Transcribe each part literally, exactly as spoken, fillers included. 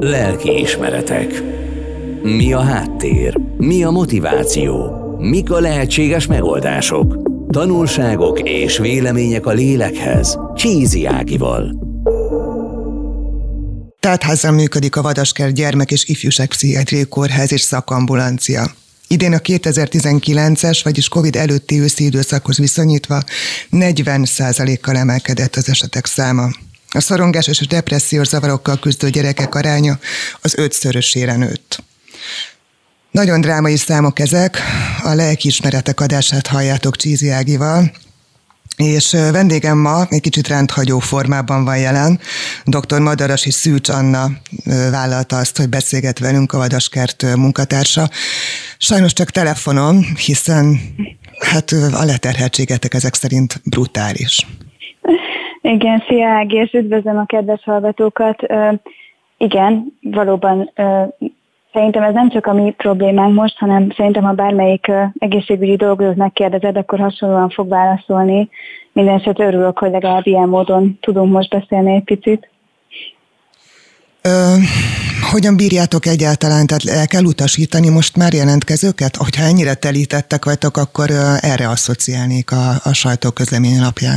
Lelkiismeretek. Mi a háttér? Mi a motiváció? Mik a lehetséges megoldások? Tanulságok és vélemények a lélekhez. Csízi Ágival. Teltházan működik a Vadaskert Gyermek- és Ifjúságpszichiátriai Kórház és Szakambulancia. Idén a kétezer-tizenkilences, vagyis Covid előtti őszi időszakhoz viszonyítva negyven százalékkal emelkedett az esetek száma. A szorongásos és depressziós zavarokkal küzdő gyerekek aránya az ötszörösére nőtt. Nagyon drámai számok ezek, a lelkiismeretek adását halljátok Csízi Ágival, és vendégem ma egy kicsit rendhagyó formában van jelen. doktor Madarasi Szűcs Anna vállalta azt, hogy beszélget velünk, a Vadaskert munkatársa. Sajnos csak telefonon, hiszen hát a leterheltségetek ezek szerint brutális. Igen, szia Ági, és üdvözlöm a kedves hallgatókat. Uh, igen, valóban uh, szerintem ez nem csak a mi problémánk most, hanem szerintem, ha bármelyik uh, egészségügyi dolgozót megkérdezed, akkor hasonlóan fog válaszolni. Mindenesetre örülök, hogy legalább ilyen módon tudunk most beszélni egy picit. Ö, hogyan bírjátok egyáltalán? Tehát el kell utasítani most már jelentkezőket? Hogyha ennyire telítettek vagytok, akkor uh, erre asszociálnék a, a sajtóközlemény alapján.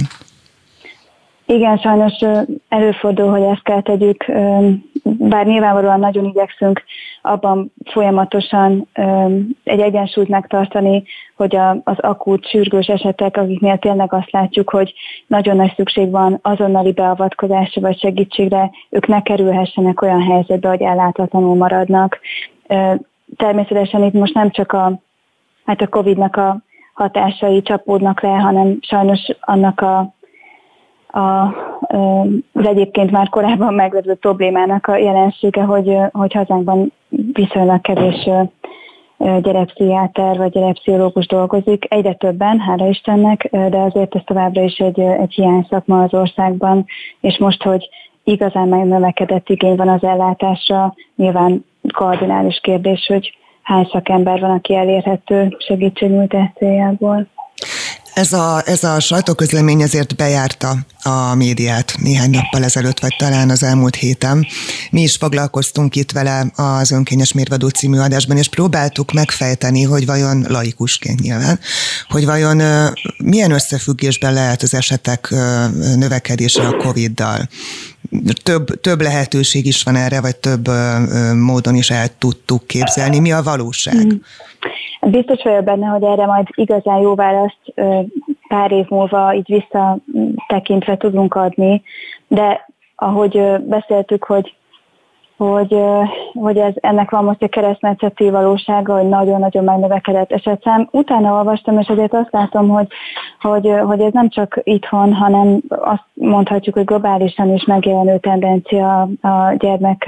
Igen, sajnos előfordul, hogy ezt kell tegyük, bár nyilvánvalóan nagyon igyekszünk abban folyamatosan egy egyensúlyt megtartani, hogy az akut, sürgős esetek, akiknél tényleg azt látjuk, hogy nagyon nagy szükség van azonnali beavatkozásra vagy segítségre, ők ne kerülhessenek olyan helyzetbe, hogy elláthatatlanul maradnak. Természetesen itt most nem csak a, hát a Covid-nak a hatásai csapódnak le, hanem sajnos annak a A, az egyébként már korábban meglevő problémának a jelensége, hogy, hogy hazánkban viszonylag kevés gyerekpszichiáter vagy gyerekpszichológus dolgozik. Egyre többen, hála Istennek, de azért ez továbbra is egy, egy hiány szakma az országban, és most, hogy igazán megnövekedett igény van az ellátásra, nyilván kardinális kérdés, hogy hány szakember van, aki elérhető segítségnyújtás céljából. Ez a, ez a sajtóközlemény azért bejárta a médiát néhány nappal ezelőtt, vagy talán az elmúlt héten. Mi is foglalkoztunk itt vele az Önkényes Mérvadó című adásban, és próbáltuk megfejteni, hogy vajon laikusként nyilván, hogy vajon milyen összefüggésben lehet az esetek növekedése a Coviddal. Több, több lehetőség is van erre, vagy több módon is el tudtuk képzelni. Mi a valóság? Mm. Biztos vagyok benne, hogy erre majd igazán jó választ pár év múlva így visszatekintve tudunk adni, de ahogy beszéltük, hogy, hogy, hogy ez, ennek van most egy keresztmetszeti valósága, hogy nagyon-nagyon megnövekedett esetszám. Utána olvastam, és azért azt látom, hogy, hogy, hogy ez nem csak itthon, hanem azt mondhatjuk, hogy globálisan is megjelenő tendencia a gyermek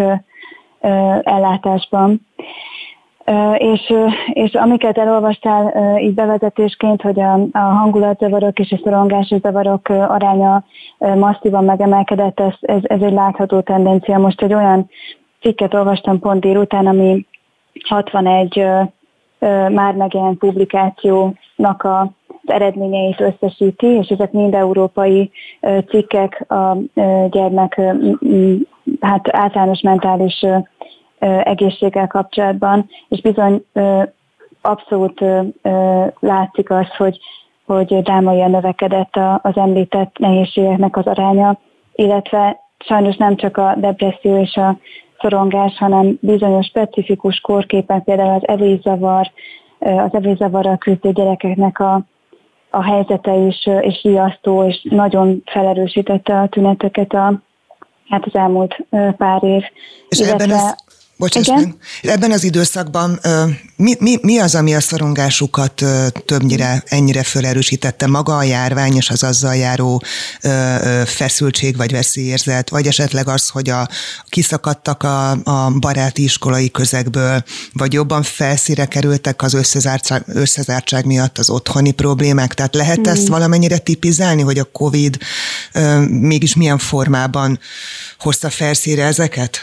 ellátásban. Uh, és, uh, és amiket elolvastál uh, így bevezetésként, hogy a, a hangulatzavarok és a szorongásos zavarok uh, aránya uh, masszívan megemelkedett, ez, ez, ez egy látható tendencia. Most egy olyan cikket olvastam pont délután, ami hatvanegy uh, uh, már megjelent publikációnak a, az eredményeit összesíti, és ezek mind európai uh, cikkek a uh, gyermek uh, m- hát általános mentális uh, egészséggel kapcsolatban, és bizony abszolút látszik az, hogy, hogy drámaian növekedett az említett nehézségeknek az aránya, illetve sajnos nem csak a depresszió és a szorongás, hanem bizonyos specifikus kórképen, például az evészavar, az evészavarral küzdő gyerekeknek a, a helyzete is, és riasztó, és nagyon felerősítette a tüneteket a, hát az elmúlt pár év. És illetve, ebben az... Bocsáss meg. Ebben az időszakban mi, mi, mi az, ami a szorongásukat többnyire ennyire felerősítette? Maga a járvány és az azzal járó feszültség vagy veszélyérzet, vagy esetleg az, hogy a, kiszakadtak a, a baráti iskolai közegből, vagy jobban felszíre kerültek az összezártság, összezártság miatt az otthoni problémák? Tehát lehet hmm. ezt valamennyire tipizálni, hogy a Covid mégis milyen formában hozta felszíre ezeket?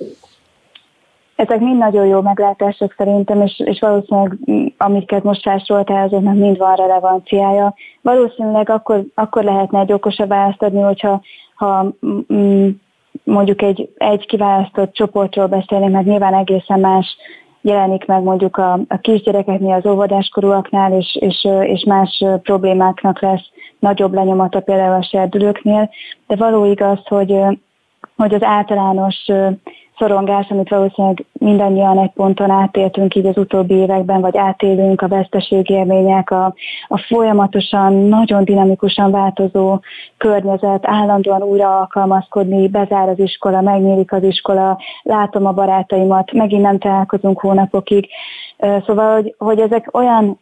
Ezek mind nagyon jó meglátások szerintem, és, és valószínűleg amiket most felsoroltál, azoknak mind van relevanciája. Valószínűleg akkor, akkor lehetne egy okosabb választ adni, hogyha ha, mm, mondjuk egy, egy kiválasztott csoportról beszélni, mert nyilván egészen más jelenik meg mondjuk a, a kisgyerekeknél, az óvodáskorúaknál, és, és, és más problémáknak lesz nagyobb lenyomata például a serdülőknél, de való igaz, hogy, hogy az általános szorongás, amit valószínűleg mindannyian egy ponton átéltünk így az utóbbi években, vagy átélünk, a veszteségélmények, a, a folyamatosan, nagyon dinamikusan változó környezet, állandóan újra alkalmazkodni, bezár az iskola, megnyílik az iskola, látom a barátaimat, megint nem találkozunk hónapokig. Szóval, hogy, hogy ezek olyan,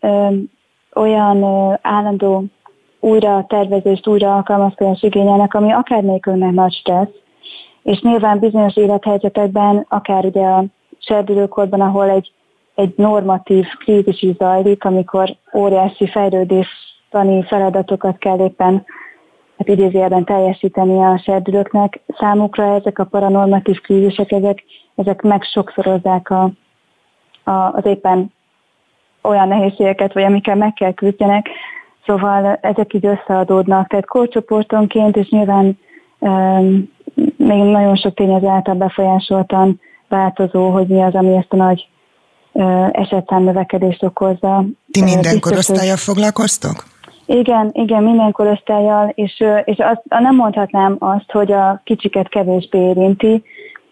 olyan állandó újra tervezést, újra alkalmazkodást igényelnek, ami akármelyikünknek nagy stressz, és nyilván bizonyos élethelyzetekben, akár ugye a serdülőkorban, ahol egy, egy normatív krízis is zajlik, amikor óriási fejlődéstani feladatokat kell éppen hát idézőjelben teljesíteni a serdülőknek, számukra ezek a paranormatív krízisek, ezek, ezek megsokszorozzák a, a, az éppen olyan nehézségeket, vagy amikkel meg kell küzdjenek, szóval ezek így összeadódnak, tehát korcsoportonként, és nyilván um, még nagyon sok tényező által befolyásoltan változó, hogy mi az, ami ezt a nagy uh, esetszám növekedést okozza. Ti minden korosztállyal foglalkoztok? Igen, igen, minden korosztállyal, és, és azt, nem mondhatnám azt, hogy a kicsiket kevésbé érinti.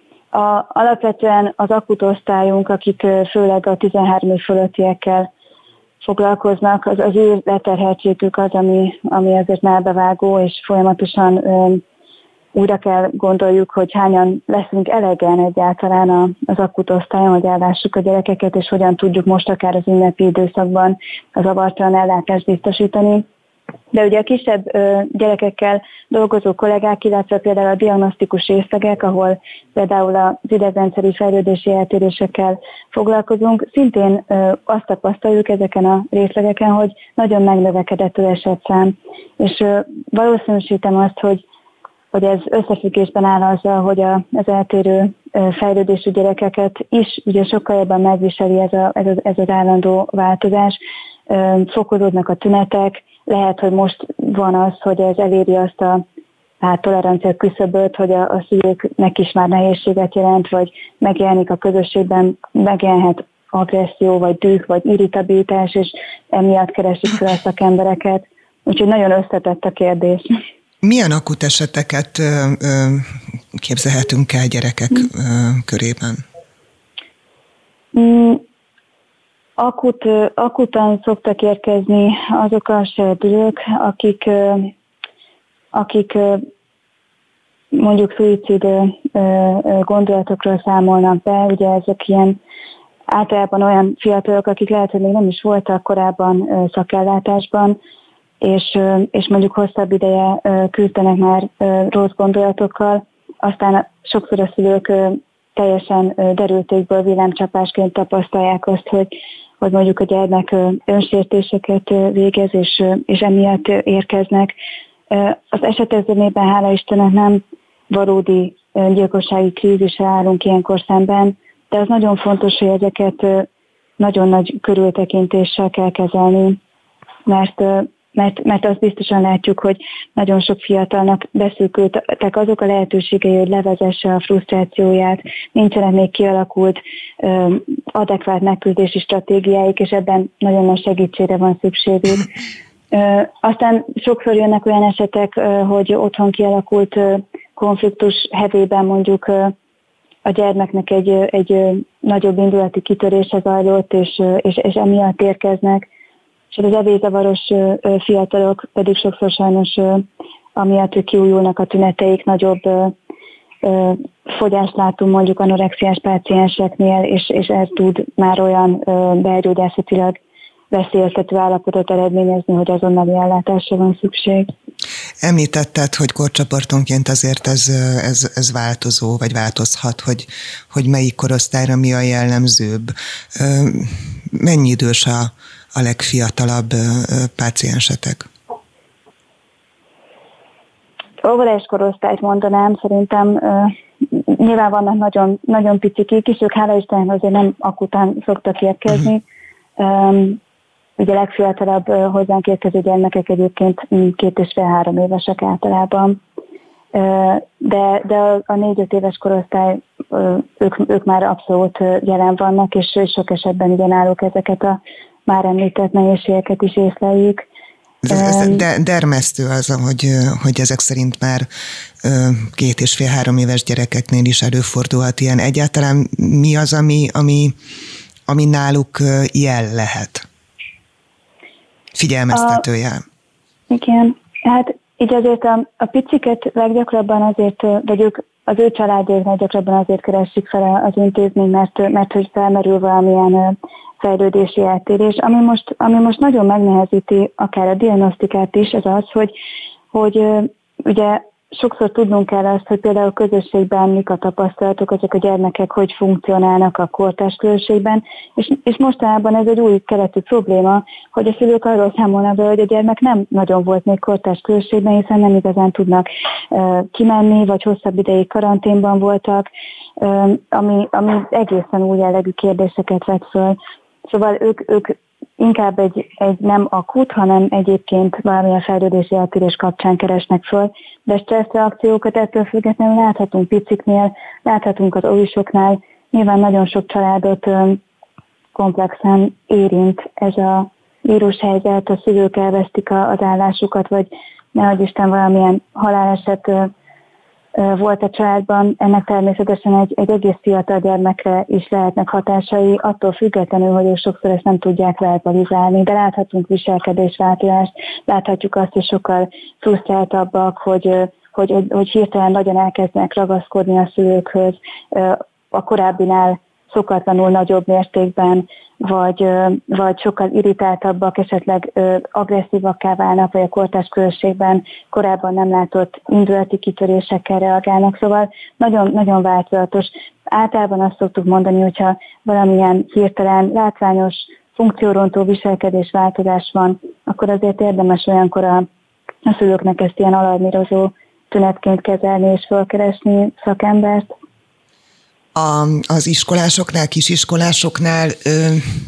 A, alapvetően az akut osztályunk, akik főleg a tizenhárom év fölöttiekkel foglalkoznak, az, az ő leterheltségük az, ami, ami azért már bevágó, és folyamatosan ö, újra kell gondoljuk, hogy hányan leszünk elegen egyáltalán az akut osztályon, hogy ellássuk a gyerekeket, és hogyan tudjuk most akár az ünnepi időszakban az zavartalan ellátást biztosítani. De ugye a kisebb ö, gyerekekkel dolgozó kollégák, illetve például a diagnosztikus részlegek, ahol például az idegrendszeri fejlődési eltérésekkel foglalkozunk, szintén ö, azt tapasztaljuk ezeken a részlegeken, hogy nagyon megnövekedett az esetszám. És ö, valószínűsítem azt, hogy hogy ez összefüggésben áll azzal, hogy a, az eltérő fejlődésű gyerekeket is ugye sokkal jobban megviseli ez, a, ez, az, ez az állandó változás. Fokozódnak a tünetek, lehet, hogy most van az, hogy ez eléri azt a hát, tolerancia küszöböt, hogy a, a szülőknek is már nehézséget jelent, vagy megjelenik a közösségben, megjelenhet agresszió, vagy düh, vagy irritabilitás, és emiatt keresik fel a szakembereket. Úgyhogy nagyon összetett a kérdés. Milyen akut eseteket ö, ö, képzelhetünk el gyerekek ö, körében? Mm, akut, akutan szoktak érkezni azok a serdülők, akik, ö, akik ö, mondjuk szuicid ö, ö, gondolatokról számolnak be. Ugye ezek ilyen általában olyan fiatalok, akik lehet, hogy még nem is voltak korábban ö, szakellátásban, és, és mondjuk hosszabb ideje küzdenek már rossz gondolatokkal, aztán sokszor a szülők teljesen derültékből villámcsapásként tapasztalják azt, hogy, hogy mondjuk a gyermek önsértéseket végez, és, és emiatt érkeznek. Az esetek zömében, hála Istennek, nem valódi gyilkossági krízisre állunk ilyenkor szemben, de az nagyon fontos, hogy ezeket nagyon nagy körültekintéssel kell kezelni, mert Mert, mert azt biztosan látjuk, hogy nagyon sok fiatalnak beszűkültek azok a lehetőségei, hogy levezesse a frusztrációját, nincsenek még kialakult ö, adekvát megküzdési stratégiáik, és ebben nagyon nagy segítségre van szükségük. Ö, aztán sokszor jönnek olyan esetek, ö, hogy otthon kialakult ö, konfliktus hevében mondjuk ö, a gyermeknek egy, egy ö, nagyobb indulati kitörése zajlott, és, ö, és, és emiatt érkeznek. És az evészavaros fiatalok pedig sokszor sajnos amiatt, hogy kiújulnak a tüneteik, nagyobb fogyást látunk mondjuk anorexiás pácienseknél, és, és ez tud már olyan belgyógyászatilag veszélyeztető állapotot eredményezni, hogy azonnali ellátásra van szükség. Említetted, hogy korcsoportonként azért ez, ez, ez változó, vagy változhat, hogy, hogy melyik korosztályra mi a jellemzőbb. Mennyi idős a a legfiatalabb páciensetek? Óvodás korosztályt mondanám, szerintem uh, nyilván vannak nagyon, nagyon picikik is, ők hála Istennek azért nem akután szoktak érkezni. Uh-huh. Um, ugye a legfiatalabb uh, hozzánk érkező gyermekek egyébként két és fél három évesek általában. de, de a négy-öt éves korosztály, ők, ők már abszolút jelen vannak, és sok esetben ugye náluk ezeket a már említett nehézségeket is észleljük. Ez, ez de, dermesztő az, hogy, hogy ezek szerint már két és fél-három éves gyerekeknél is előfordulhat ilyen. Egyáltalán mi az, ami, ami, ami náluk jel lehet? Figyelmeztető jel. Igen, hát így azért a, a piciket leggyakrabban azért, vagy ők, az ő családjaik leggyakrabban azért keresik fel az intézményt, mert, mert hogy felmerül valamilyen fejlődési eltérés. Ami most, ami most nagyon megnehezíti akár a diagnosztikát is, az az, hogy, hogy ugye sokszor tudnunk kell azt, hogy például közösségben mik a tapasztalatok, azok a gyermekek hogy funkcionálnak a kortárs közösségben, és, és mostanában ez egy új keletű probléma, hogy a szülők arról számolnak be, hogy a gyermek nem nagyon volt még kortárs közösségben, hiszen nem igazán tudnak uh, kimenni, vagy hosszabb ideig karanténban voltak, uh, ami, ami egészen új jellegű kérdéseket vet föl. Szóval ők, ők inkább egy, egy nem akut, hanem egyébként valamilyen fejlődési eltérés kapcsán keresnek föl, de stresszreakciókat ettől függetlenül láthatunk piciknél, láthatunk az óvisoknál, nyilván nagyon sok családot komplexen érint ez a vírushelyzet, a szülők elvesztik az állásukat, vagy nehogy Isten valamilyen haláleset volt a családban, ennek természetesen egy, egy egész fiatal gyermekre is lehetnek hatásai, attól függetlenül, hogy ők sokszor ezt nem tudják verbalizálni, de láthatunk viselkedésváltozást, láthatjuk azt, hogy sokkal frusztráltabbak, hogy, hogy, hogy, hogy hirtelen nagyon elkezdenek ragaszkodni a szülőkhöz, a korábbinál szokatlanul nagyobb mértékben, vagy, vagy sokkal irritáltabbak, esetleg agresszívakká válnak, vagy a kortárs közösségben korábban nem látott indulati kitörésekkel reagálnak. Szóval nagyon, nagyon változatos. Általában azt szoktuk mondani, hogyha valamilyen hirtelen látványos, funkciórontó viselkedésváltozás van, akkor azért érdemes olyankor a, a szülőknek ezt ilyen alarmírozó tünetként kezelni és felkeresni szakembert. A, az iskolásoknál, kisiskolásoknál ö,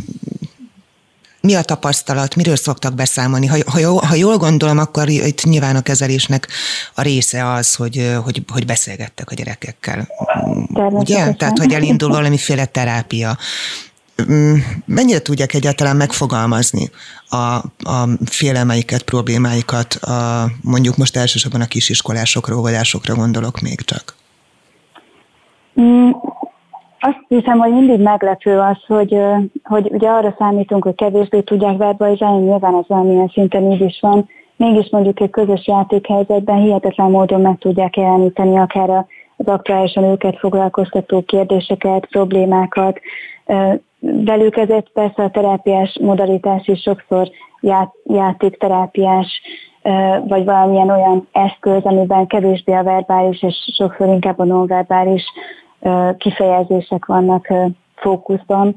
mi a tapasztalat, miről szoktak beszámolni? Ha, ha, jól, ha jól gondolom, akkor itt nyilván a kezelésnek a része az, hogy, hogy, hogy beszélgettek a gyerekekkel. Ugye? Tehát, hogy elindul valamiféle terápia. Mennyire tudják egyáltalán megfogalmazni a, a félelmeiket, problémáikat, a, mondjuk most elsősorban a kisiskolásokra, óvodásokra gondolok még csak? Mm, azt hiszem, hogy mindig meglepő az, hogy, hogy ugye arra számítunk, hogy kevésbé tudják verbalizálni, nyilván ez valamilyen szinten így is van, mégis mondjuk egy közös játékhelyzetben hihetetlen módon meg tudják jeleníteni akár az aktuálisan őket foglalkoztató kérdéseket, problémákat. Velük ezért persze a terápiás modalitás is sokszor ját, játékterápiás, vagy valamilyen olyan eszköz, amiben kevésbé a verbális, és sokszor inkább a nonverbális kifejezések vannak fókuszban.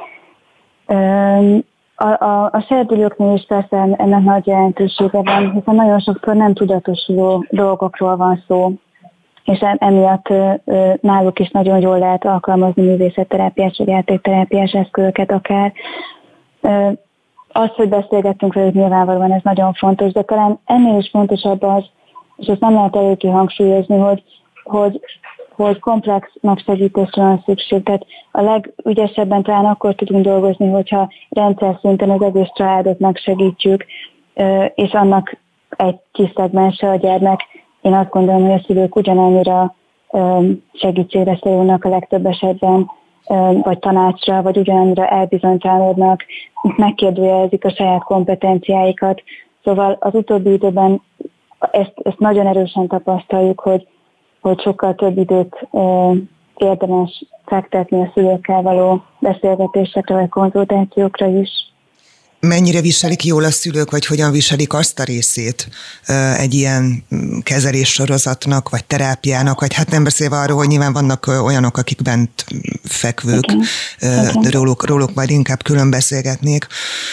A, a, a serdülőknél is persze ennek nagy jelentősége van, hiszen nagyon sokszor nem tudatosuló dolgokról van szó, és emiatt náluk is nagyon jól lehet alkalmazni művészetterápiás vagy játékterápiás eszközöket akár. Az, hogy beszélgettünk velük, nyilvánvalóan ez nagyon fontos, de talán ennél is fontosabb az, és ezt nem lehet eléggé hangsúlyozni, hogy, hogy, hogy komplex megsegítésre van szükség. Tehát a legügyesebben talán akkor tudunk dolgozni, hogyha rendszer szinten az egész családot megsegítjük, és annak egy kis szegmense a gyermek. Én azt gondolom, hogy a szülők ugyanannyira segítségre szorulnak a legtöbb esetben, vagy tanácsra, vagy ugyanannyira elbizonytalanodnak, megkérdőjelezik a saját kompetenciáikat. Szóval az utóbbi időben ezt, ezt nagyon erősen tapasztaljuk, hogy, hogy sokkal több időt érdemes fektetni a szülőkkel való beszélgetésekre, vagy konzultációkra is. Mennyire viselik jól a szülők, vagy hogyan viselik azt a részét egy ilyen kezeléssorozatnak, vagy terápiának, vagy hát nem beszélve arról, hogy nyilván vannak olyanok, akik bent fekvők, okay. róluk, róluk majd inkább külön beszélgetnék.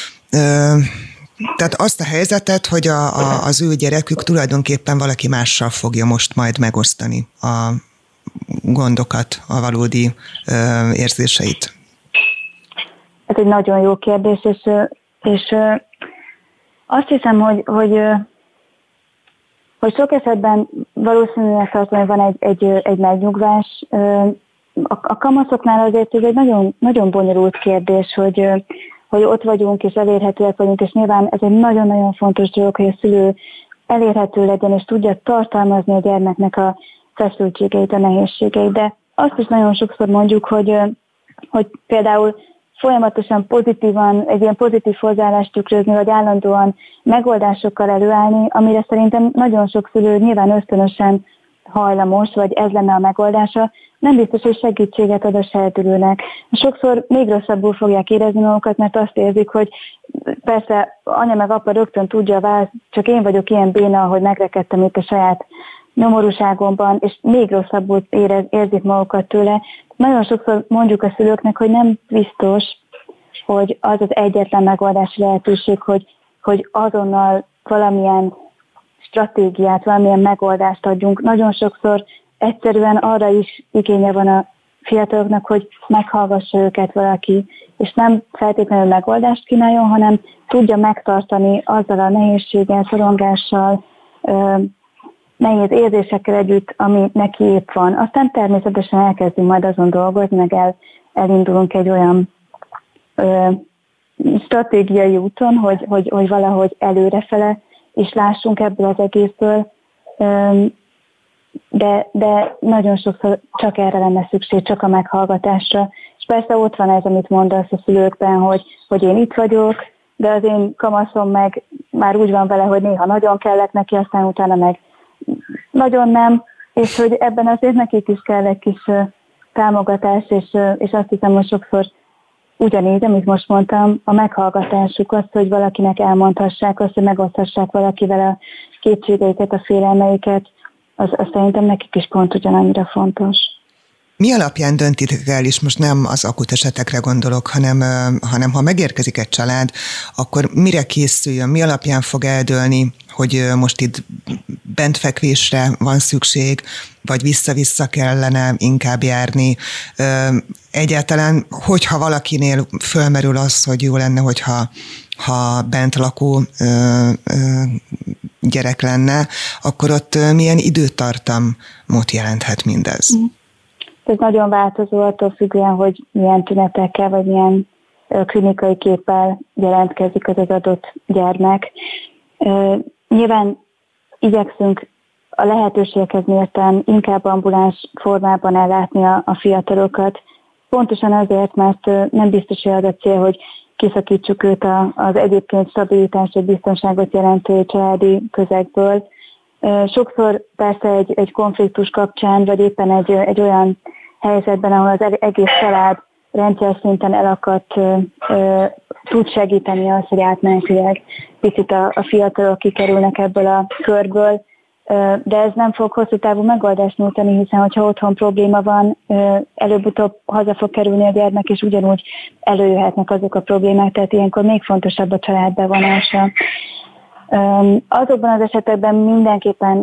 Tehát azt a helyzetet, hogy a, a, az ő gyerekük tulajdonképpen valaki mással fogja most majd megosztani a gondokat, a valódi érzéseit. Ez egy nagyon jó kérdés, és És azt hiszem, hogy, hogy hogy sok esetben valószínűleg tartom, hogy van egy, egy, egy megnyugvás. A, a kamaszoknál azért ez egy nagyon, nagyon bonyolult kérdés, hogy, hogy ott vagyunk és elérhetőek vagyunk, és nyilván ez egy nagyon-nagyon fontos dolog, hogy a szülő elérhető legyen, és tudja tartalmazni a gyermeknek a feszültségeit, a nehézségeit. De azt is nagyon sokszor mondjuk, hogy, hogy például folyamatosan pozitívan, egy ilyen pozitív hozzáállást tükrözni, vagy állandóan megoldásokkal előállni, amire szerintem nagyon sok szülő nyilván ösztönösen hajlamos, vagy ez lenne a megoldása, nem biztos, hogy segítséget ad a serdülőnek. Sokszor még rosszabbul fogják érezni magukat, mert azt érzik, hogy persze anya meg apa rögtön tudja a választ, csak én vagyok ilyen béna, hogy megrekedtem itt a saját nyomorúságomban, és még rosszabbul érez, érzik magukat tőle. Nagyon sokszor mondjuk a szülőknek, hogy nem biztos, hogy az az egyetlen megoldási lehetőség, hogy, hogy azonnal valamilyen stratégiát, valamilyen megoldást adjunk. Nagyon sokszor egyszerűen arra is igénye van a fiataloknak, hogy meghallgassa őket valaki, és nem feltétlenül megoldást kínáljon, hanem tudja megtartani azzal a nehézséggel, szorongással, nehéz érzésekkel együtt, ami neki épp van. Aztán természetesen elkezdünk majd azon dolgozni, meg el, elindulunk egy olyan ö, stratégiai úton, hogy, hogy, hogy valahogy előrefele is lássunk ebből az egészből, ö, de, de nagyon sokszor csak erre lenne szükség, csak a meghallgatásra. És persze ott van ez, amit mondasz a szülőkben, hogy, hogy én itt vagyok, de az én kamaszom meg már úgy van vele, hogy néha nagyon kellek neki, aztán utána meg nagyon nem, és hogy ebben azért nekik is kell egy kis uh, támogatás, és, uh, és azt hiszem, hogy sokszor ugyanígy, amit most mondtam, a meghallgatásuk azt, hogy valakinek elmondhassák, azt, hogy megoszthassák valakivel a kétségeiket, a félelmeiket, az, az szerintem nekik is pont ugyanannyira fontos. Mi alapján döntitek el, és most nem az akut esetekre gondolok, hanem, hanem ha megérkezik egy család, akkor mire készüljön, mi alapján fog eldőlni, hogy most itt bentfekvésre van szükség, vagy vissza-vissza kellene inkább járni. Egyáltalán, hogyha valakinél fölmerül az, hogy jó lenne, hogyha ha bent lakó ö, ö, gyerek lenne, akkor ott milyen időtartamot jelenthet mindez? Mm. Ez nagyon változó attól függően, hogy milyen tünetekkel, vagy milyen klinikai képpel jelentkezik az az adott gyermek. Nyilván igyekszünk a lehetőségekhez mérten inkább ambuláns formában ellátni a, a fiatalokat. Pontosan azért, mert nem biztos, hogy az a cél, hogy kiszakítsuk őt az egyébként stabilitás vagy biztonságot jelentő családi közegből. Sokszor persze egy, egy konfliktus kapcsán, vagy éppen egy, egy olyan helyzetben, ahol az egész család rendszer szinten elakadt, tud segíteni az, hogy átmenetileg picit a, a fiatalok kikerülnek ebből a körből, de ez nem fog hosszú távú megoldást nyújtani, hiszen hogyha otthon probléma van, előbb-utóbb haza fog kerülni a gyermek, és ugyanúgy előjöhetnek azok a problémák, tehát ilyenkor még fontosabb a család bevonása. Azokban az esetekben mindenképpen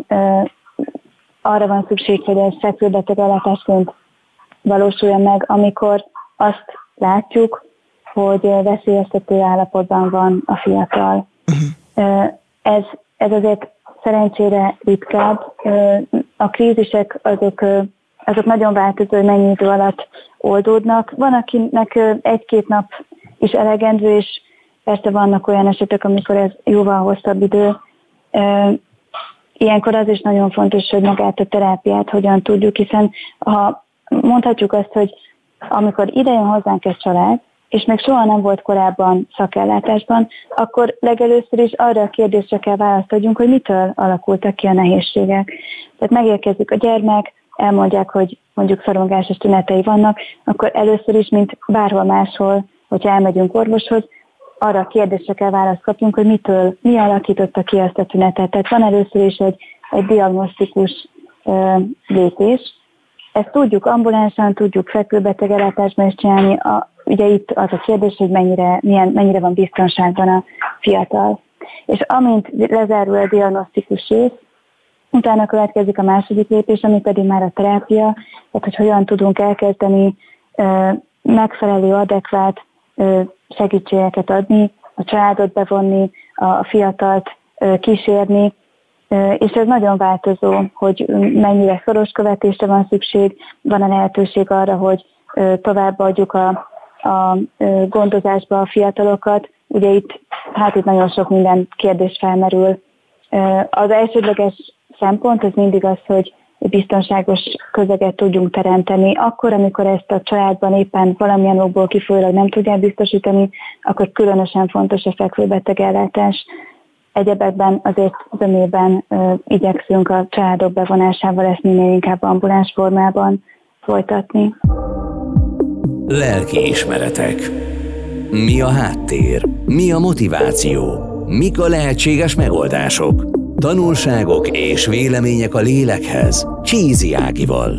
arra van szükség, hogy ez fekvőbeteg ellátásként valósuljon meg, amikor azt látjuk, hogy veszélyeztető állapotban van a fiatal. Uh-huh. Ez, ez azért szerencsére ritkább. A krízisek azok, azok nagyon változó, hogy mennyi idő alatt oldódnak. Van, akinek egy-két nap is elegendő, és persze vannak olyan esetek, amikor ez jóval hosszabb idő. Ilyenkor az is nagyon fontos, hogy magát a terápiát hogyan tudjuk, hiszen ha mondhatjuk azt, hogy amikor ide jön hozzánk egy család, és még soha nem volt korábban szakellátásban, akkor legelőször is arra a kérdésre kell választ adjunk, hogy mitől alakultak ki a nehézségek. Tehát megérkezik a gyermek, elmondják, hogy mondjuk szorongásos tünetei vannak, akkor először is, mint bárhol máshol, hogyha elmegyünk orvoshoz, arra a kérdésre kell választ kapjunk, hogy mitől, mi alakította ki azt a tünetet. Tehát van először is egy, egy diagnosztikus ö, lépés. Ezt tudjuk ambulánsan, tudjuk fekvőbetegellátásban is csinálni. A, ugye itt az a kérdés, hogy mennyire, milyen, mennyire van biztonságban a fiatal. És amint lezárul a diagnosztikus rész, utána következik a második lépés, ami pedig már a terápia, tehát hogy hogyan tudunk elkezdeni ö, megfelelő, adekvát ö, segítségeket adni, a családot bevonni, a fiatalt ö, kísérni, és ez nagyon változó, hogy mennyire szoros követésre van szükség, van a lehetőség arra, hogy továbbadjuk a, a gondozásba a fiatalokat. Ugye itt, hát itt nagyon sok minden kérdés felmerül. Az elsődleges szempont az mindig az, hogy biztonságos közeget tudjunk teremteni. Akkor, amikor ezt a családban éppen valamilyen okból kifolyólag nem tudják biztosítani, akkor különösen fontos a fekvőbetegellátás. Egyebekben azért zömében ö, igyekszünk a családok bevonásával ezt minél inkább ambuláns formában folytatni. Lelkiismeretek. Mi a háttér? Mi a motiváció? Mik a lehetséges megoldások? Tanulságok és vélemények a lélekhez. Csízi Ágival.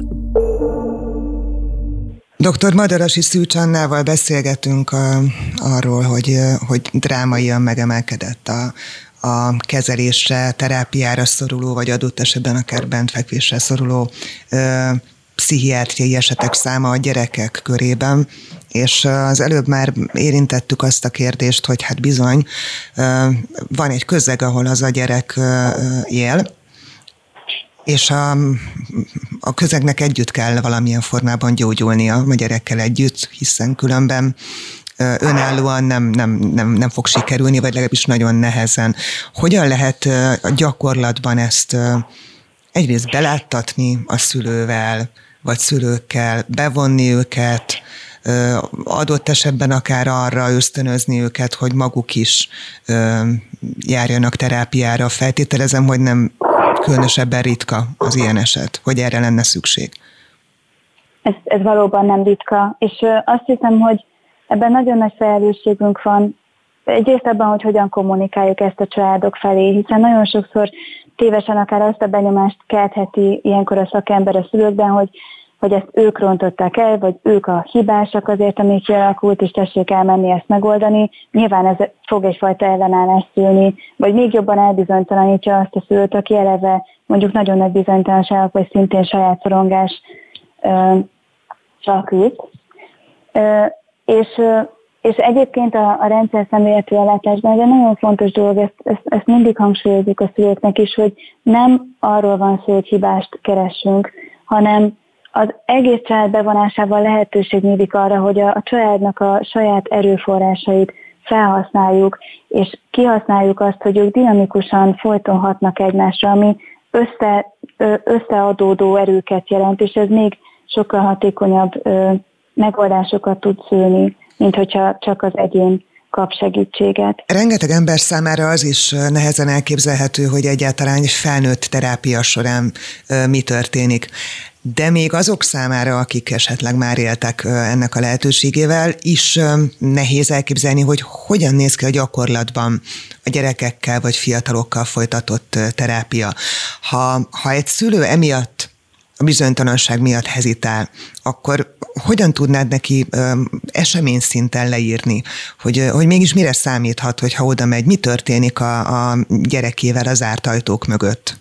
doktor Madarasi Szűcs Annával beszélgetünk a, arról, hogy, hogy drámaian megemelkedett a, a kezelésre, terápiára szoruló, vagy adott esetben akár bentfekvésre szoruló ö, pszichiátriai esetek száma a gyerekek körében, és az előbb már érintettük azt a kérdést, hogy hát bizony van egy közeg, ahol az a gyerek él, és a, a közegnek együtt kell valamilyen formában gyógyulnia a gyerekkel együtt, hiszen különben önállóan nem, nem, nem, nem fog sikerülni, vagy legalábbis nagyon nehezen. Hogyan lehet a gyakorlatban ezt egyrészt beláttatni a szülővel, vagy szülőkkel, bevonni őket, adott esetben akár arra ösztönözni őket, hogy maguk is járjanak terápiára. Feltételezem, hogy nem különösebben ritka az ilyen eset, hogy erre lenne szükség. Ez, ez valóban nem ritka, és azt hiszem, hogy ebben nagyon nagy felelősségünk van, egyrészt abban, hogy hogyan kommunikáljuk ezt a családok felé, hiszen nagyon sokszor tévesen akár azt a benyomást keltheti ilyenkor a szakember a szülőkben, hogy, hogy ezt ők rontották el, vagy ők a hibásak azért, ami kialakult, és tessék elmenni ezt megoldani. Nyilván ez fog egyfajta ellenállást szülni, vagy még jobban elbizonytalanítja azt a szülőt, aki eleve mondjuk nagyon nagy bizonytalanságok, vagy szintén saját szorongás küzd. És És egyébként a, a rendszer szemléletű ellátásban egy nagyon fontos dolog, ezt, ezt, ezt mindig hangsúlyozik a szülőknek is, hogy nem arról van szó, hogy hibást keressünk, hanem az egész család bevonásával lehetőség nyílik arra, hogy a, a családnak a saját erőforrásait felhasználjuk, és kihasználjuk azt, hogy ők dinamikusan folyton hatnak egymásra, ami össze, összeadódó erőket jelent, és ez még sokkal hatékonyabb ö, megoldásokat tud szülni, mint hogyha csak az egyén kap segítséget. Rengeteg ember számára az is nehezen elképzelhető, hogy egyáltalán egy felnőtt terápia során mi történik. De még azok számára, akik esetleg már éltek ennek a lehetőségével, is nehéz elképzelni, hogy hogyan néz ki a gyakorlatban a gyerekekkel vagy fiatalokkal folytatott terápia. Ha, ha egy szülő emiatt a bizonytalanság miatt hezitál, akkor hogyan tudnád neki ö, esemény szinten leírni, hogy, hogy mégis mire számíthat, hogyha oda megy, mi történik a, a gyerekével az zárt ajtók mögött?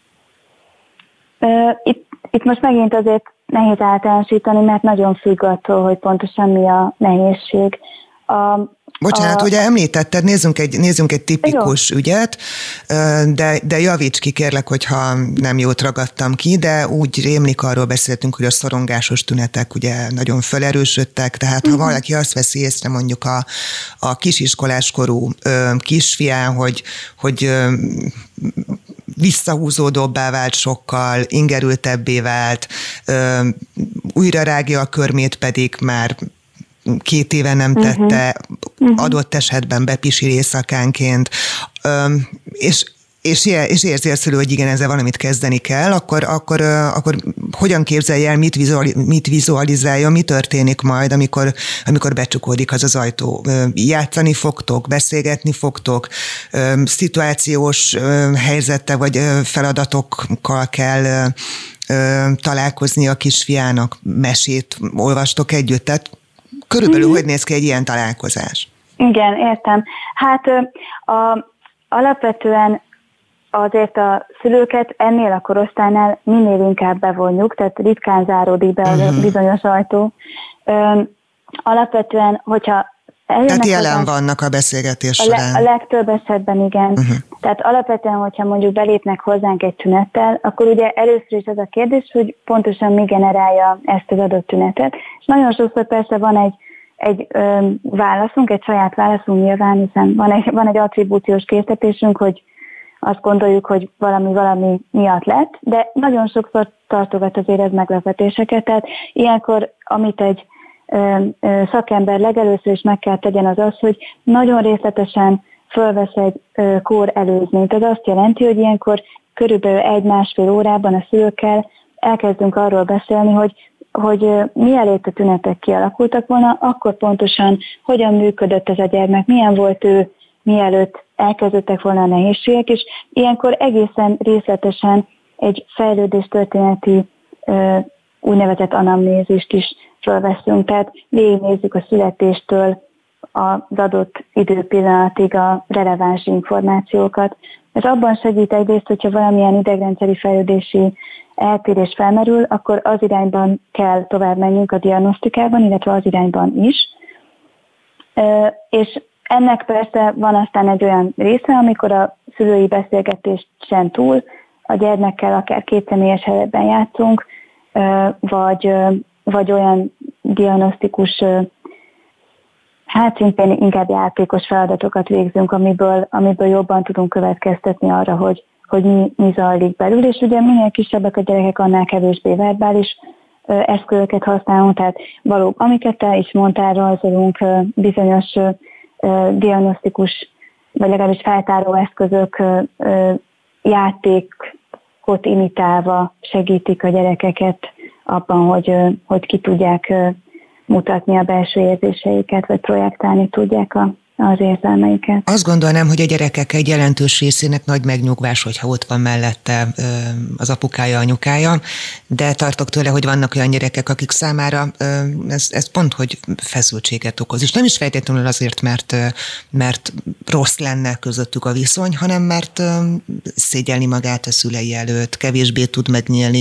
Itt, itt most megint azért nehéz általánosítani, mert nagyon függ attól, hogy pontosan mi a nehézség. A, Bocsánat, a... ugye említetted, nézzünk egy, nézzünk egy tipikus Jó. ügyet, de, de javíts ki, kérlek, hogyha nem jót ragadtam ki, de úgy rémlik, arról beszéltünk, hogy a szorongásos tünetek ugye nagyon felerősödtek, tehát uh-huh. ha valaki azt veszi észre mondjuk a, a kisiskoláskorú kisfián, hogy, hogy visszahúzódóbbá vált sokkal, ingerültebbé vált, újra rágja a körmét, pedig már két éve nem tette, uh-huh. adott esetben bepisír éjszakánként, Öm, és, és, és érzi a szülő, hogy igen, ezzel valamit kezdeni kell, akkor, akkor, akkor hogyan képzelje el, mit, vizuali, mit vizualizálja, mi történik majd, amikor, amikor becsukódik az az ajtó. Játszani fogtok, beszélgetni fogtok, szituációs helyzettel vagy feladatokkal kell találkozni a kisfiának, mesét olvastok együtt, tehát körülbelül mm-hmm. hogy néz ki egy ilyen találkozás? Igen, értem. Hát a, alapvetően azért a szülőket ennél a korosztálynál minél inkább bevonjuk, tehát ritkán záródik be a mm-hmm. bizonyos ajtó. Ö, alapvetően, hogyha Tehát jelen vannak a beszélgetés során. A, le, a legtöbb esetben igen. Uh-huh. Tehát alapvetően, hogyha mondjuk belépnek hozzánk egy tünettel, akkor ugye először is az a kérdés, hogy pontosan mi generálja ezt az adott tünetet. És nagyon sokszor persze van egy, egy ö, válaszunk, egy saját válaszunk nyilván, hiszen van egy, van egy attribúciós késztetésünk, hogy azt gondoljuk, hogy valami valami miatt lett, de nagyon sokszor tartogat azért ez meglepetéseket. Tehát ilyenkor, amit egy szakember legelőször is meg kell tegyen, az az, hogy nagyon részletesen fölvesz egy kór előzményt. Ez azt jelenti, hogy ilyenkor körülbelül egy-másfél órában a szülőkkel elkezdünk arról beszélni, hogy, hogy mielőtt a tünetek kialakultak volna, akkor pontosan hogyan működött ez a gyermek, milyen volt ő, mielőtt elkezdődtek volna a nehézségek, és ilyenkor egészen részletesen egy fejlődéstörténeti úgynevezett anamnézist is fölveszünk, tehát végignézzük a születéstől az adott időpillanatig a releváns információkat. Ez abban segít egyrészt, hogyha valamilyen idegrendszeri fejlődési eltérés felmerül, akkor az irányban kell tovább menjünk a diagnosztikában, illetve az irányban is. És ennek persze van aztán egy olyan része, amikor a szülői beszélgetés sem túl, a gyermekkel akár kétszemélyes helyzetben játszunk, vagy, vagy olyan diagnosztikus, hát szintén inkább játékos feladatokat végzünk, amiből, amiből jobban tudunk következtetni arra, hogy, hogy mi, mi zajlik belül, és ugye minél kisebbek a gyerekek, annál kevésbé verbális eszközöket használunk, tehát valóban, amiket te is mondtál, rajzolunk bizonyos diagnosztikus, vagy legalábbis feltáró eszközök játékot imitálva segítik a gyerekeket abban, hogy, hogy ki tudják mutatni a belső érzéseiket, vagy projektálni tudják a, az érzelmeiket. Azt gondolnám, hogy a gyerekek egy jelentős részének nagy megnyugvás, hogyha ott van mellette az apukája, anyukája, de tartok tőle, hogy vannak olyan gyerekek, akik számára ez, ez pont, hogy feszültséget okoz. És nem is feltétlenül azért, mert, mert rossz lenne közöttük a viszony, hanem mert szégyelni magát a szülei előtt, kevésbé tud megnyílni.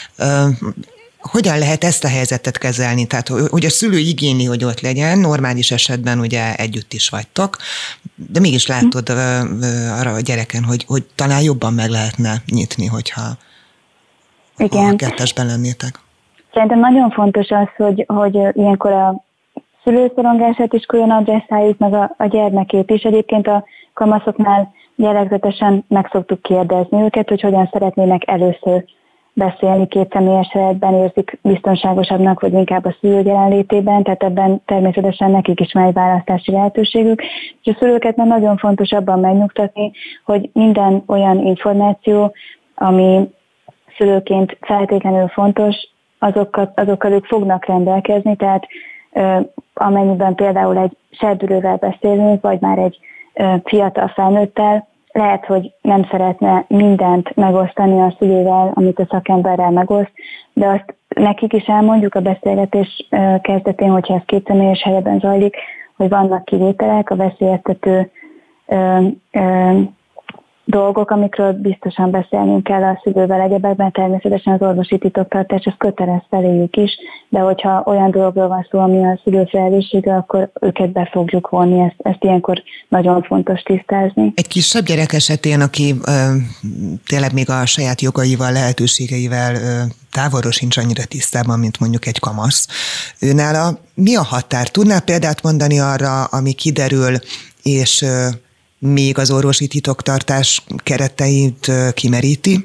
Hogyan lehet ezt a helyzetet kezelni? Tehát, hogy a szülő igényli, hogy ott legyen, normális esetben ugye együtt is vagytok, de mégis látod arra a gyereken, hogy, hogy talán jobban meg lehetne nyitni, hogyha igen. A kettesben lennétek. Szerintem nagyon fontos az, hogy, hogy ilyenkor a szülőszorongását is külön adresszáljuk, meg a, a gyermekét is. Egyébként a kamaszoknál jellegzetesen meg szoktuk kérdezni őket, hogy hogyan szeretnének először beszélni kétszemélyes helyzetben, érzik biztonságosabbnak, vagy inkább a szülő jelenlétében, tehát ebben természetesen nekik is van egy választási lehetőségük. És a szülőket már nagyon fontos abban megnyugtatni, hogy minden olyan információ, ami szülőként feltétlenül fontos, azokkal, azokkal ők fognak rendelkezni, tehát ö, amennyiben például egy serdülővel beszélünk, vagy már egy ö, fiatal felnőttel, lehet, hogy nem szeretne mindent megosztani a szülővel, amit a szakemberrel megoszt, de azt nekik is elmondjuk a beszélgetés kezdetén, hogyha ez kétszemélyes helyben zajlik, hogy vannak kivételek, a veszélyeztető ö, ö, dolgok, amikről biztosan beszélnünk kell a szülővel egyebekben, természetesen az orvosi titoktartás, ez kötelez feléjük is, de hogyha olyan dologról van szó, ami a szülő felelőssége, akkor őket be fogjuk vonni, ezt, ezt ilyenkor nagyon fontos tisztázni. Egy kisebb gyerek esetén, aki ö, tényleg még a saját jogaival, lehetőségeivel ö, távolról sincs annyira tisztában, mint mondjuk egy kamasz, őnála mi a határ? Tudnál példát mondani arra, ami kiderül, és ö, még az orvosi titoktartás kereteit kimeríti,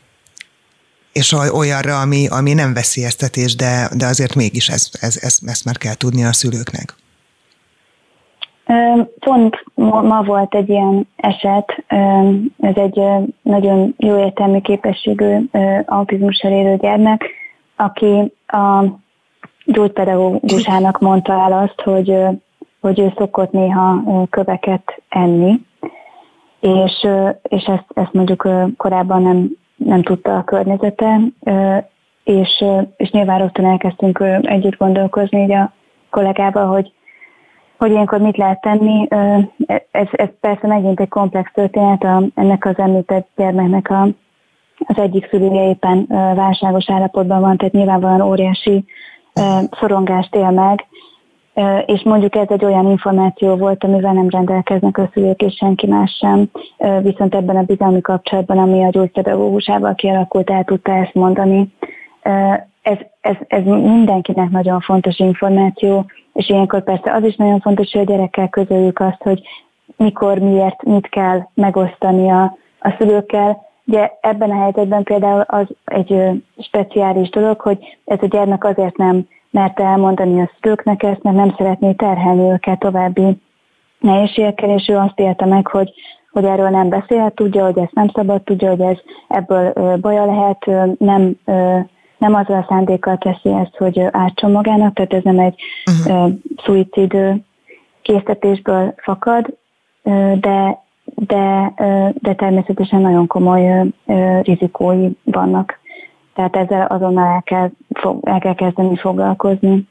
és olyanra, ami, ami nem veszélyeztetés, de, de azért mégis ez, ez, ez, ezt már kell tudni a szülőknek. Pont ma volt egy ilyen eset, ez egy nagyon jó értelmű képességű autizmussal élő gyermek, aki a gyógypedagógusának mondta el azt, hogy hogy ő szokott néha köveket enni, és, és ezt, ezt mondjuk korábban nem, nem tudta a környezete, és, és nyilván rögtön elkezdtünk együtt gondolkozni így a kollégával, hogy, hogy ilyenkor mit lehet tenni. Ez, ez persze megint egy komplex történet, a, ennek az említett gyermeknek a, az egyik szülője éppen válságos állapotban van, tehát nyilvánvalóan óriási szorongást él meg, és mondjuk ez egy olyan információ volt, amivel nem rendelkeznek a szülők és senki más sem, viszont ebben a bizalmi kapcsolatban, ami a gyógypedagógusával kialakult, el tudta ezt mondani. Ez, ez, ez mindenkinek nagyon fontos információ, és ilyenkor persze az is nagyon fontos, hogy a gyerekkel közöljük azt, hogy mikor, miért, mit kell megosztani a, a szülőkkel. Ugye ebben a helyzetben például az egy speciális dolog, hogy ez a gyermek azért nem merte elmondani a szülőknek ezt, mert nem szeretné terhelni őket további nehézségekkel, és ő azt élte meg, hogy, hogy erről nem beszél, tudja, hogy ezt nem szabad, tudja, hogy ez ebből baja lehet, nem, nem azzal a szándékkal teszi ezt, hogy ártson magának, tehát ez nem egy uh-huh. szuicid késztetésből fakad, de, de, de természetesen nagyon komoly rizikói vannak. Tehát ezzel azonnal el kell, el kell kezdeni foglalkozni.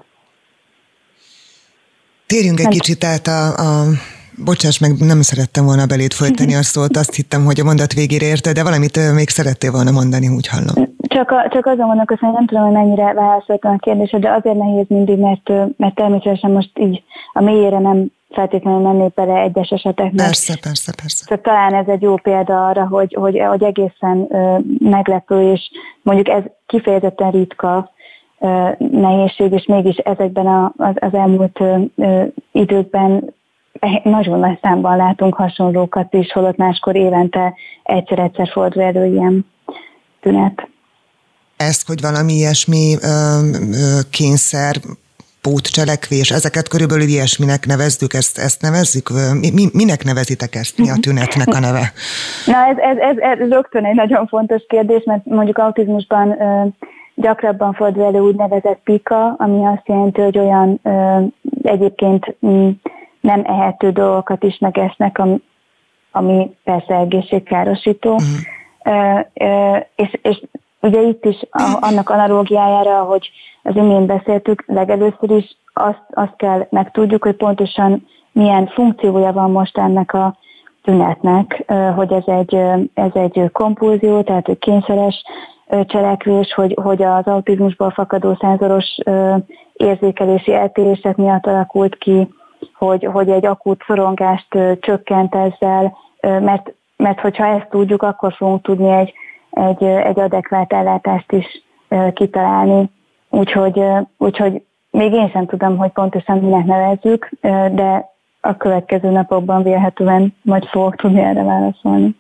Térjünk egy kicsit át a, a... Bocsáss meg, nem szerettem volna beléd folytani a szót, azt hittem, hogy a mondat végére érte, de valamit még szerettél volna mondani, úgy hallom. Csak, a, csak azon gondolkozom, hogy nem tudom, hogy mennyire válaszoltam a kérdésre, de azért nehéz mindig, mert, mert természetesen most így a mélyére nem feltétlenül mennék bele egyes eseteknek. Persze, persze, persze. Csak talán ez egy jó példa arra, hogy, hogy, hogy egészen uh, meglepő, és mondjuk ez kifejezetten ritka uh, nehézség, és mégis ezekben a, az, az elmúlt uh, időkben nagyon nagy számban látunk hasonlókat is, holott máskor évente egyszer-egyszer fordul elő ilyen tünet. Ezt, hogy valami ilyesmi ö, ö, kényszer, pótcselekvés, ezeket körülbelül ilyesminek nevezzük, ezt, ezt nevezzük? Mi, minek nevezitek ezt? Mi a tünetnek a neve? Na ez, ez, ez, ez rögtön egy nagyon fontos kérdés, mert mondjuk autizmusban ö, gyakrabban fordul elő úgynevezett pika, ami azt jelenti, hogy olyan ö, egyébként m, nem ehető dolgokat is megesznek, ami, ami persze egészségkárosító. Uh-huh. Ö, ö, és, és ugye itt is a, annak analógiájára, hogy az imént beszéltük, legelőször is azt, azt kell megtudjuk, hogy pontosan milyen funkciója van most ennek a tünetnek, hogy ez egy, ez egy kompulzió, tehát egy kényszeres cselekvés, hogy, hogy az autizmusból fakadó szenzoros érzékelési eltérések miatt alakult ki, hogy, hogy egy akut szorongást csökkent ezzel, mert, mert hogyha ezt tudjuk, akkor fogunk tudni egy, egy, egy adekvát ellátást is kitalálni. Úgyhogy, úgyhogy még én sem tudom, hogy pontosan minek nevezzük, de a következő napokban vélhetően majd fogok tudni erre válaszolni.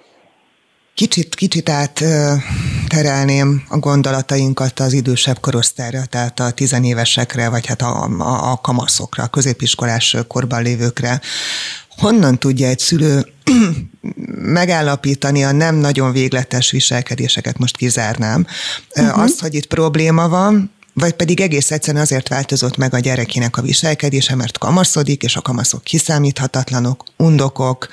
Kicsit, kicsit átterelném a gondolatainkat az idősebb korosztályra, tehát a tizenévesekre, vagy hát a, a, a kamaszokra, a középiskolás korban lévőkre. Honnan tudja egy szülő megállapítani a nem nagyon végletes viselkedéseket, most kizárnám, uh-huh. azt, hogy itt probléma van, vagy pedig egész egyszerűen azért változott meg a gyerekének a viselkedése, mert kamaszodik, és a kamaszok kiszámíthatatlanok, undokok,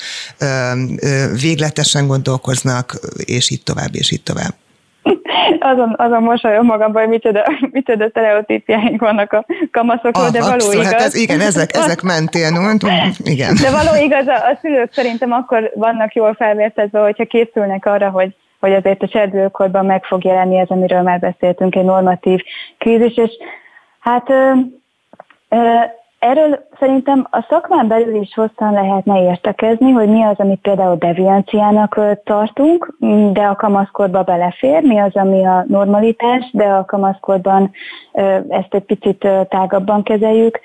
végletesen gondolkoznak, és így tovább, és így tovább. Azon, azon mosolyom magamban, hogy micsoda, micsoda sztereotípiáink vannak a kamaszokról, ah, de való abszolút, igaz. Hát ez, igen, ezek, ezek mentén, mondom, igen. De való igaz, a, a szülők szerintem akkor vannak jól felvértezve, hogyha készülnek arra, hogy, hogy azért a serdülőkorban meg fog jelenni ez, amiről már beszéltünk, egy normatív krízis, és hát ö, ö, erről szerintem a szakmán belül is hosszan lehetne értekezni, hogy mi az, amit például devianciának tartunk, de a kamaszkorba belefér, mi az, ami a normalitás, de a kamaszkorban ezt egy picit tágabban kezeljük.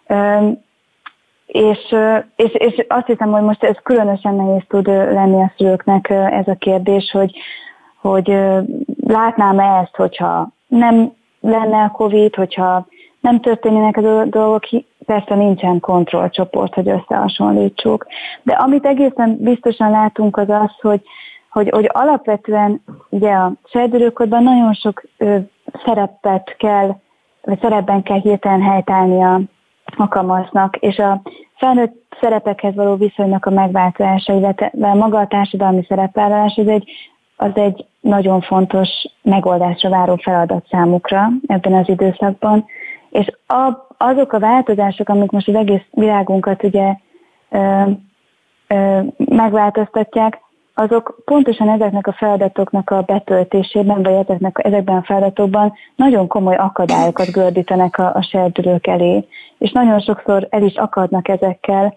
És, és, és azt hiszem, hogy most ez különösen nehéz tud lenni a szülőknek ez a kérdés, hogy, hogy látnám-e ezt, hogyha nem lenne a Covid, hogyha nem történnének a dolgok, persze nincsen kontrollcsoport, hogy összehasonlítsuk. De amit egészen biztosan látunk az az, hogy, hogy, hogy alapvetően ugye a serdülőkorban nagyon sok ö, szerepet kell, vagy szerepben kell hirtelen helytállni a, a kamasznak, és a felnőtt szerepekhez való viszonynak a megváltozása, illetve maga a társadalmi szerepvállalás, az egy, az egy nagyon fontos megoldásra váró feladat számukra ebben az időszakban. És azok a változások, amik most az egész világunkat ugye ö, ö, megváltoztatják, azok pontosan ezeknek a feladatoknak a betöltésében, vagy ezeknek, ezekben a feladatokban nagyon komoly akadályokat gördítenek a, a serdülők elé, és nagyon sokszor el is akadnak ezekkel.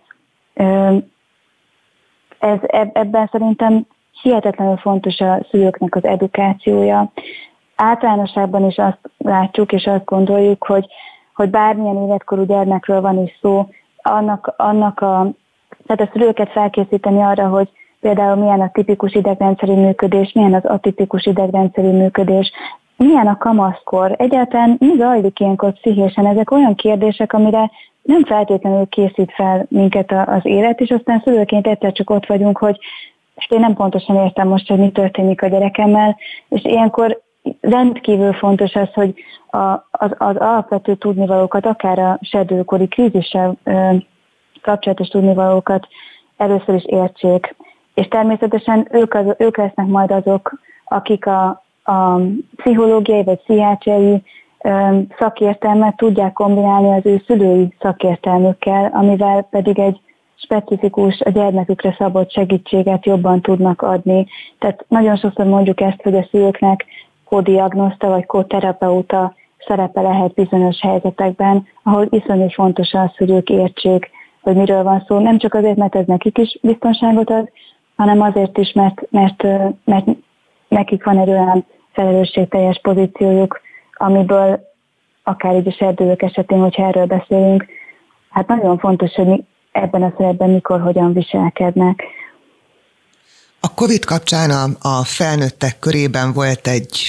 Ez, ebben szerintem hihetetlenül fontos a szülőknek az edukációja. Általánosságban is azt látjuk, és azt gondoljuk, hogy, hogy bármilyen életkorú gyermekről van is szó, annak, annak a, tehát a szülőket felkészíteni arra, hogy például milyen a tipikus idegrendszeri működés, milyen az atipikus idegrendszeri működés, milyen a kamaszkor, egyáltalán mi zajlik ilyenkor pszichésen, ezek olyan kérdések, amire nem feltétlenül készít fel minket az élet, és aztán szülőként egyszer csak ott vagyunk, hogy én nem pontosan értem most, hogy mi történik a gyerekemmel, és ilyenkor rendkívül fontos az, hogy a, az, az alapvető tudnivalókat, akár a serdülőkori krízissel kapcsolatos tudnivalókat először is értsék. És természetesen ők, az, ők lesznek majd azok, akik a, a pszichológiai vagy pszichiátriai szakértelmet tudják kombinálni az ő szülői szakértelmükkel, amivel pedig egy specifikus, a gyermekükre szabott segítséget jobban tudnak adni. Tehát nagyon sokszor mondjuk ezt, hogy a szülőknek kódiagnoszta vagy kódterapeuta szerepe lehet bizonyos helyzetekben, ahol iszonyú fontos az, hogy ők értsék, hogy miről van szó. Nem csak azért, mert ez nekik is biztonságot ad, hanem azért is, mert, mert, mert nekik van egy olyan felelősségteljes pozíciójuk, amiből akár így a serdülők esetén, hogyha erről beszélünk, hát nagyon fontos, hogy mi ebben a szerepben mikor, hogyan viselkednek. A Covid kapcsán a, a felnőttek körében volt egy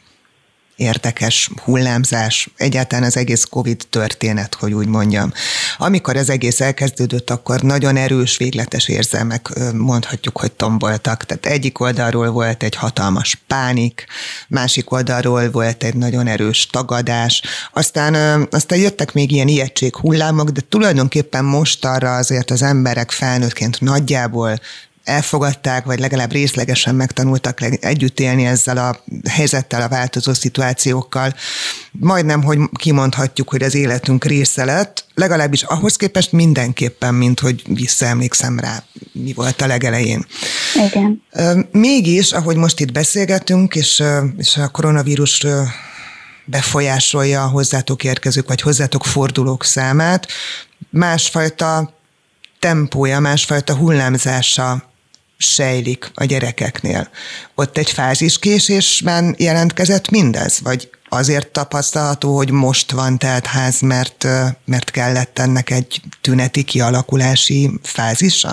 érdekes hullámzás, egyáltalán az egész Covid történet, hogy úgy mondjam. Amikor az egész elkezdődött, akkor nagyon erős, végletes érzelmek, mondhatjuk, hogy tomboltak. Tehát egyik oldalról volt egy hatalmas pánik, másik oldalról volt egy nagyon erős tagadás, aztán, aztán jöttek még ilyen ijegység hullámok, de tulajdonképpen most arra azért az emberek felnőttként nagyjából elfogadták, vagy legalább részlegesen megtanultak együtt élni ezzel a helyzettel, a változó szituációkkal. Majdnem, hogy kimondhatjuk, hogy az életünk része lett, legalábbis ahhoz képest mindenképpen, mint hogy visszaemlékszem rá, mi volt a legelején. Igen. Mégis, ahogy most itt beszélgetünk, és, és a koronavírus befolyásolja a hozzátok érkezők, vagy hozzátok fordulók számát, másfajta tempója, másfajta hullámzása sejlik a gyerekeknél. Ott egy fáziskésésben jelentkezett mindez? Vagy azért tapasztalható, hogy most van teltház, mert, mert kellett ennek egy tüneti kialakulási fázisa?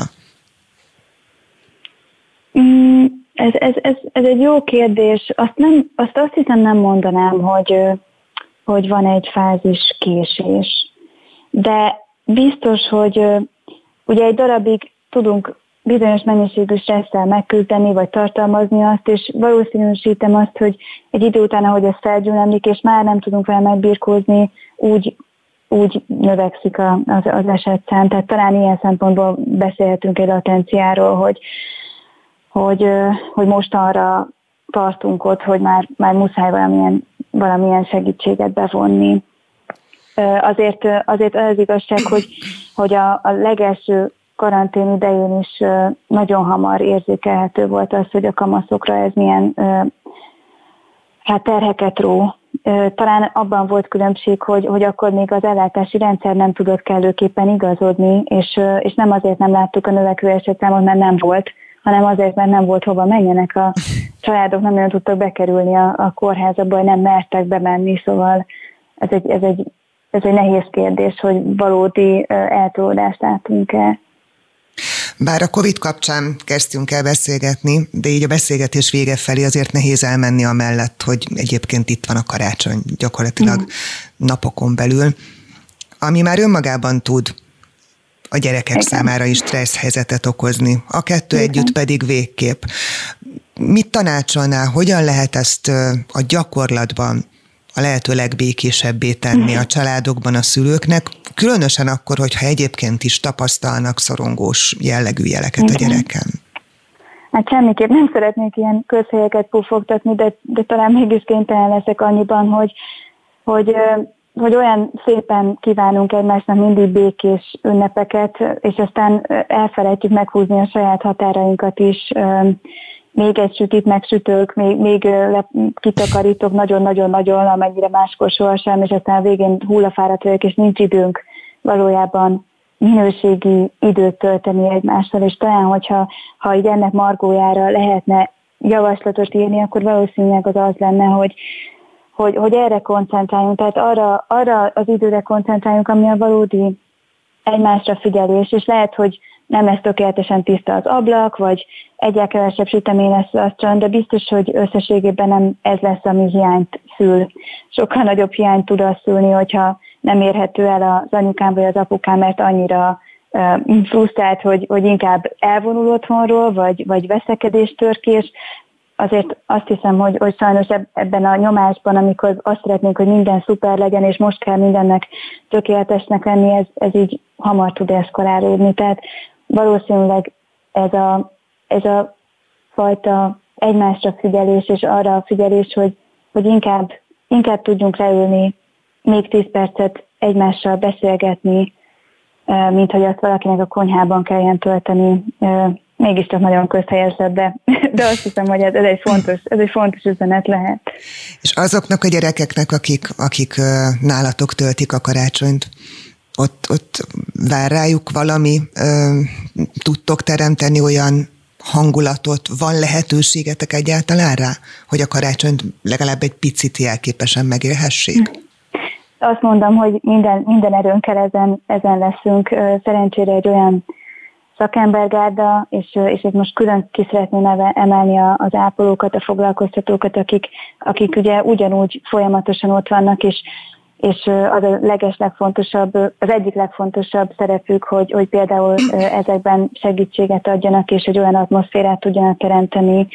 Mm, ez, ez, ez, ez egy jó kérdés. Azt, nem, azt, azt hiszem nem mondanám, hogy, hogy van egy fáziskésés. De biztos, hogy ugye egy darabig tudunk bizonyos mennyiségű stresszel megküzdeni, vagy tartalmazni azt, és valószínűsítem azt, hogy egy idő után, ahogy ez felgyűlömlik, és már nem tudunk vele megbirkózni, úgy, úgy növekszik a, az, az esetszám. Tehát talán ilyen szempontból beszélhetünk egy latenciáról, hogy, hogy, hogy mostanra tartunk ott, hogy már, már muszáj valamilyen, valamilyen segítséget bevonni. Azért, azért az igazság, hogy, hogy a, a legelső karantén idején is nagyon hamar érzékelhető volt az, hogy a kamaszokra ez milyen hát terheket ró. Talán abban volt különbség, hogy, hogy akkor még az ellátási rendszer nem tudott kellőképpen igazodni, és, és nem azért nem láttuk a növekvő esetszámot, mert nem volt, hanem azért, mert nem volt hova menjenek a családok, nem nagyon tudtak bekerülni a, a kórházba, vagy nem mertek bemenni, szóval ez egy, ez egy, ez egy nehéz kérdés, hogy valódi eltolódást látunk-e. Bár a Covid kapcsán kezdtünk el beszélgetni, de így a beszélgetés vége felé azért nehéz elmenni amellett, hogy egyébként itt van a karácsony gyakorlatilag mm. napokon belül, ami már önmagában tud a gyerekek Igen. számára is stressz helyzetet okozni, a kettő Igen. együtt pedig végképp. Mit tanácsolnál, hogyan lehet ezt a gyakorlatban a lehető legbékésebbé tenni a családokban, a szülőknek, különösen akkor, hogyha egyébként is tapasztalnak szorongós jellegű jeleket a gyereken. Hát semmiképp nem szeretnék ilyen közhelyeket pufogtatni, de, de talán mégis kénytelen leszek annyiban, hogy, hogy hogy olyan szépen kívánunk egymásnak mindig békés ünnepeket, és aztán elfelejtjük meghúzni a saját határainkat is. Még egy sütit megsütök, még, még kitakarítok nagyon-nagyon-nagyon, amennyire máskor sohasem, és aztán a végén hullafáradt vagyok, és nincs időnk valójában minőségi időt tölteni egymással, és talán, hogyha ha így ennek margójára lehetne javaslatot írni, akkor valószínűleg az az lenne, hogy, hogy, hogy erre koncentráljunk, tehát arra, arra az időre koncentráljunk, ami a valódi egymásra figyelés, és lehet, hogy nem lesz tökéletesen tiszta az ablak, vagy egyel kevesebb sütemény lesz az csönd, de biztos, hogy összességében nem ez lesz, ami hiányt szül. Sokkal nagyobb hiányt tud az szülni, hogyha nem érhető el az anyukám vagy az apukám, mert annyira uh, frusztrált, hogy, hogy inkább elvonul otthonról, vagy, vagy veszekedés tör ki, és azért azt hiszem, hogy, hogy sajnos ebben a nyomásban, amikor azt szeretnénk, hogy minden szuper legyen, és most kell mindennek tökéletesnek lenni, ez, ez így hamar tud eszkalálódni. Tehát valószínűleg ez a, ez a fajta egymásra figyelés, és arra a figyelés, hogy, hogy inkább, inkább tudjunk leülni, még tíz percet egymással beszélgetni, mint hogy azt valakinek a konyhában kelljen tölteni. Mégiscsak nagyon közhelyesebb, de, de azt hiszem, hogy ez, ez, egy fontos, ez egy fontos üzenet lehet. És azoknak a gyerekeknek, akik, akik nálatok töltik a karácsonyt, ott, ott vár rájuk valami, tudtok teremteni olyan hangulatot, van lehetőségetek egyáltalán rá, hogy a karácsonyt legalább egy picit jelképesen megélhessék? Azt mondom, hogy minden, minden erőnkkel ezen, ezen leszünk. Szerencsére egy olyan szakembergárda, és, és itt most külön ki szeretném emelni az ápolókat, a foglalkoztatókat, akik, akik ugye ugyanúgy folyamatosan ott vannak, és, és az a leges legfontosabb, az egyik legfontosabb szerepük, hogy, hogy például ezekben segítséget adjanak, és egy olyan atmoszférát tudjanak teremteni,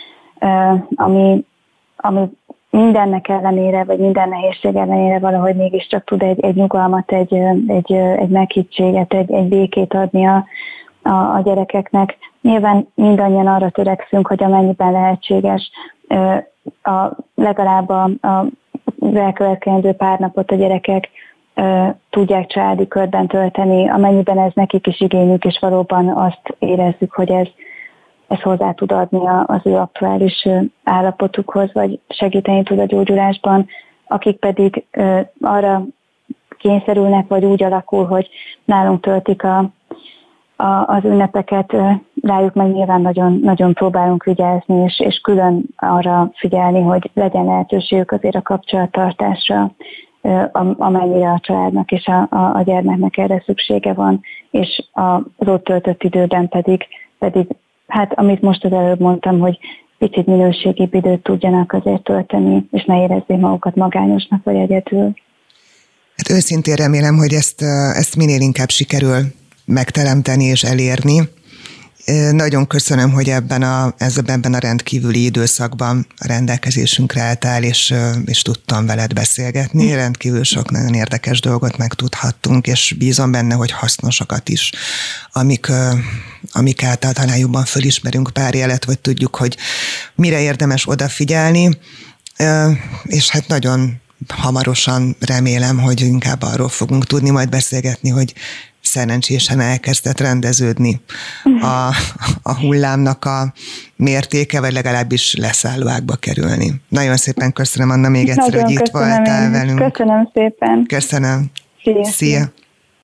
ami, ami mindennek ellenére, vagy minden nehézség ellenére valahogy mégiscsak tud egy, egy nyugalmat, egy, egy, egy meghittséget, egy, egy békét adni a, a, a gyerekeknek. Nyilván mindannyian arra törekszünk, hogy amennyiben lehetséges, a, legalább a, a elkövetkezendő pár napot a gyerekek tudják családi körben tölteni, amennyiben ez nekik is igényük, és valóban azt érezzük, hogy ez ez hozzá tud adni az ő aktuális állapotukhoz, vagy segíteni tud a gyógyulásban, akik pedig arra kényszerülnek, vagy úgy alakul, hogy nálunk töltik a, a, az ünnepeket, rájuk meg nyilván nagyon, nagyon próbálunk vigyázni, és, és külön arra figyelni, hogy legyen lehetőségük azért a kapcsolattartásra, amennyire a családnak és a, a, a gyermeknek erre szüksége van, és az ott töltött időben pedig, pedig hát amit most az előbb mondtam, hogy picit minőségibb időt tudjanak azért tölteni, és ne érezzék magukat magányosnak vagy egyedül. Hát őszintén remélem, hogy ezt, ezt minél inkább sikerül megteremteni és elérni. Nagyon köszönöm, hogy ebben a, ebben a rendkívüli időszakban a rendelkezésünkre álltál, és, és tudtam veled beszélgetni. Rendkívül sok nagyon érdekes dolgot megtudhattunk, és bízom benne, hogy hasznosakat is, amik, amik által talán jobban fölismerünk pár jelet, vagy tudjuk, hogy mire érdemes odafigyelni, és hát nagyon hamarosan remélem, hogy inkább arról fogunk tudni majd beszélgetni, hogy szerencsésen elkezdett rendeződni a, a hullámnak a mértéke, vagy legalábbis leszállóákba kerülni. Nagyon szépen köszönöm, Anna, még egyszer, nagyon hogy itt voltál velünk. Köszönöm szépen. Köszönöm. Szia. Szia.